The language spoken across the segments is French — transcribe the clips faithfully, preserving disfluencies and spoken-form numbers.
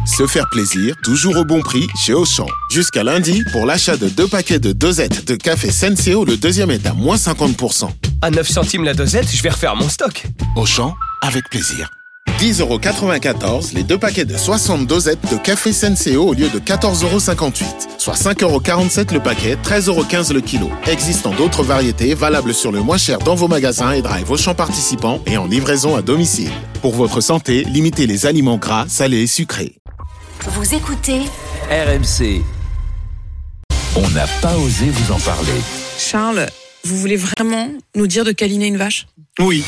Se faire plaisir, toujours au bon prix chez Auchan. Jusqu'à lundi, pour l'achat de deux paquets de dosettes de café Senseo, le deuxième est à moins cinquante pour cent. À neuf centimes la dosette, je vais refaire mon stock. Auchan, avec plaisir. dix euros quatre-vingt-quatorze les deux paquets de soixante dosettes de café Senseo au lieu de quatorze euros cinquante-huit. Soit cinq euros quarante-sept le paquet, treize euros quinze le kilo. Existant d'autres variétés valables sur le moins cher dans vos magasins et drive Auchan participants et en livraison à domicile. Pour votre santé, limitez les aliments gras, salés et sucrés. Vous écoutez R M C. On n'a pas osé vous en parler. Charles, vous voulez vraiment nous dire de câliner une vache ? Oui.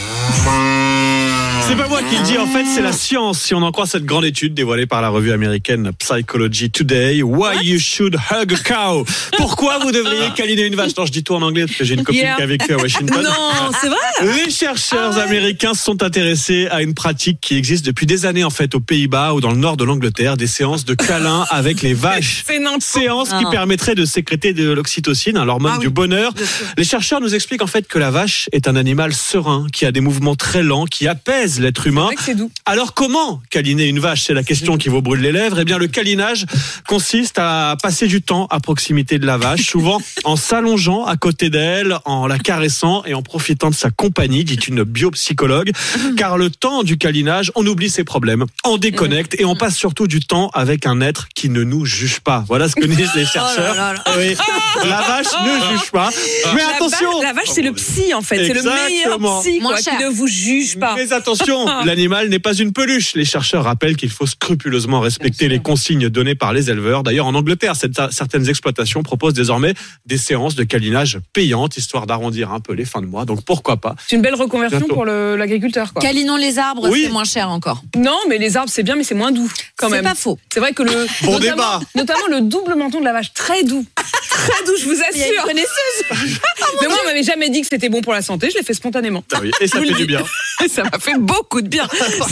C'est pas moi qui le dis, en fait, c'est la science. Si on en croit cette grande étude dévoilée par la revue américaine Psychology Today, Why What? You Should Hug a Cow. Pourquoi vous devriez câliner une vache? Non, je dis tout en anglais parce que j'ai une copine Yeah. qui a vécu à Washington. Non, c'est vrai. Les chercheurs Ah ouais. américains se sont intéressés à une pratique qui existe depuis des années, en fait, aux Pays-Bas ou dans le nord de l'Angleterre, des séances de câlins avec les vaches. C'est n'importe Séance qui quoi. permettrait de sécréter de l'oxytocine, hein, l'hormone Ah oui, du bonheur. bien sûr. Les chercheurs nous expliquent en fait que la vache est un animal serein, qui a des mouvements très lents, qui apaise l'être humain. C'est vrai que c'est doux. Alors comment câliner une vache? C'est la question qui vous brûle les lèvres. Eh bien, le câlinage consiste à passer du temps à proximité de la vache, souvent en s'allongeant à côté d'elle, en la caressant et en profitant de sa compagnie, dit une biopsychologue. Car le temps du câlinage, on oublie ses problèmes, on déconnecte et on passe surtout du temps avec un être qui ne nous juge pas. Voilà ce que disent les chercheurs. Oh là là là. Oui, la vache ne juge pas. Mais La attention, vache, la vache, c'est le psy en fait, c'est le meilleur Exactement. psy quoi, Moins qui cher. ne vous juge pas. mais attention, l'animal n'est pas une peluche. Les chercheurs rappellent qu'il faut scrupuleusement respecter les consignes données par les éleveurs. D'ailleurs, en Angleterre, cette- certaines exploitations proposent désormais des séances de câlinage payantes, histoire d'arrondir un peu les fins de mois. Donc pourquoi pas? C'est une belle reconversion Bientôt. pour le- l'agriculteur quoi. Câlinons les arbres, Oui. c'est moins cher encore. Non, mais les arbres c'est bien, mais c'est moins doux quand C'est même. pas faux. C'est vrai que le Bon notamment, débat. notamment le double menton de la vache, très doux, très doux, je vous Il y a une assure. connaisseuse. Mais moi, on m'avait jamais dit que c'était bon pour la santé, je l'ai fait spontanément. Ah oui, et ça Je vous fait le du dis. bien. Ça m'a fait beaucoup de bien.